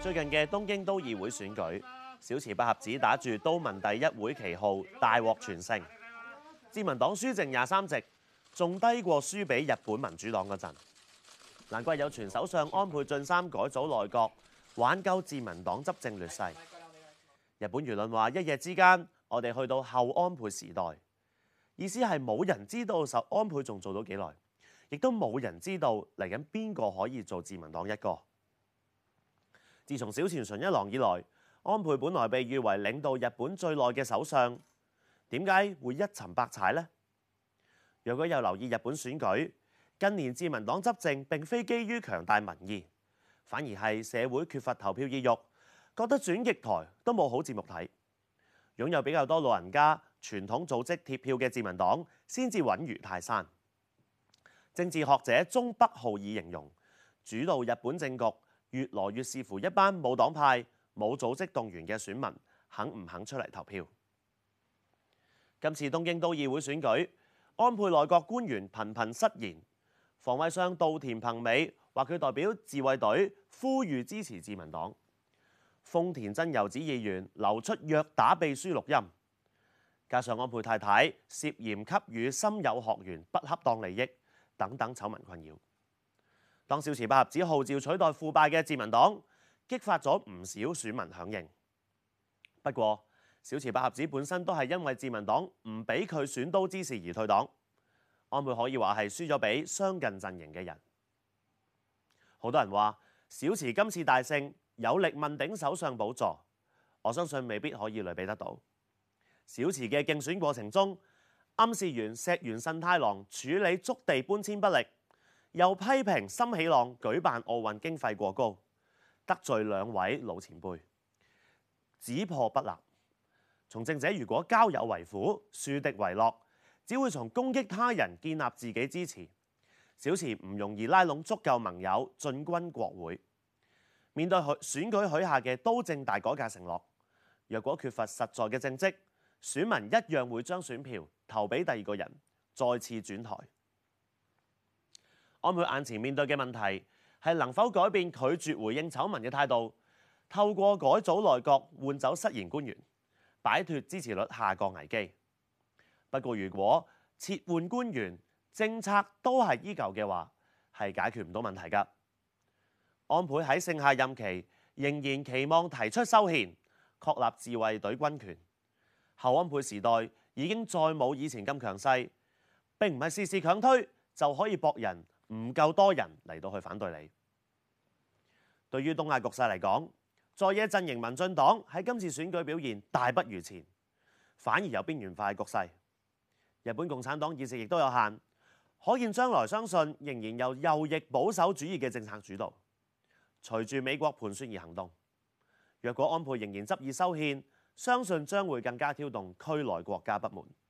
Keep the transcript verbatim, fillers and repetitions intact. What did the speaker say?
最近嘅東京都議會選舉，小池百合子打住都民第一會旗號，大獲全勝。自民黨輸剩廿三席，仲低過輸俾日本民主黨嗰陣。難怪有傳首相安倍晉三改組內閣，挽救自民黨執政劣勢。日本輿論話：一夜之間，我哋去到後安倍時代，意思係冇人知道受安倍仲做到幾耐，亦都冇人知道嚟緊邊個可以做自民黨一哥。自從小泉純一郎以來，安倍本來被譽為領導日本最耐嘅首相，點解會一沉百踩呢？若果有留意日本選舉，近年自民黨執政並非基於強大民意，反而係社會缺乏投票意欲，覺得轉極台都冇好節目睇。擁有比較多老人家、傳統組織貼票嘅自民黨先至穩如泰山。政治學者中北浩爾形容，主導日本政局越來越視乎一班冇黨派、冇組織動員嘅選民肯唔肯出嚟投票。今次東京都議會選舉，安倍內閣官員頻頻失言，防衛相稻田朋美話佢代表自衛隊呼籲支持自民黨，豐田真由子議員流出虐打秘書錄音，加上安倍太太涉嫌給予森友學員不恰當利益等等醜聞困擾。當小池百合子號召取代腐敗嘅自民黨，激發咗唔少選民響應。不過，小池百合子本身都係因為自民黨唔俾佢選都知事而退黨，安倍可以話係輸咗俾相近陣營嘅人。好多人話小池今次大勝有力問鼎首相寶座，我相信未必可以類比得到。小池嘅競選過程中，暗示完石原慎太郎處理築地搬遷不力，又批評森喜朗舉辦奧運經費過高，得罪兩位老前輩，只破不立。從政者如果交友為苦，樹敵為樂，只會從攻擊他人建立自己支持。小池唔容易拉攏足夠盟友進軍國會。面對選舉許下嘅都政大改革承諾，若果缺乏實在嘅政績，選民一樣會將選票投俾第二個人，再次轉台。安倍眼前面對嘅問題係能否改變拒絕回應醜聞嘅態度，透過改組內閣換走失言官員，擺脱支持率下降危機。不過，如果撤換官員，政策都係依舊嘅話，係解決唔到問題㗎。安倍喺剩下任期仍然期望提出修憲，確立自衛隊軍權。後安倍時代已經再冇以前咁強勢，並唔係事事強推就可以駁人唔夠多人嚟到去反對你。對於東亞局勢嚟講，在野陣營民進黨喺今次選舉表現大不如前，反而有邊緣化嘅局勢。日本共產黨議席亦都有限，可見將來相信仍然由右翼保守主義嘅政策主導。隨住美國盤算而行動，若果安倍仍然執意修憲，相信將會更加挑動區內國家不滿。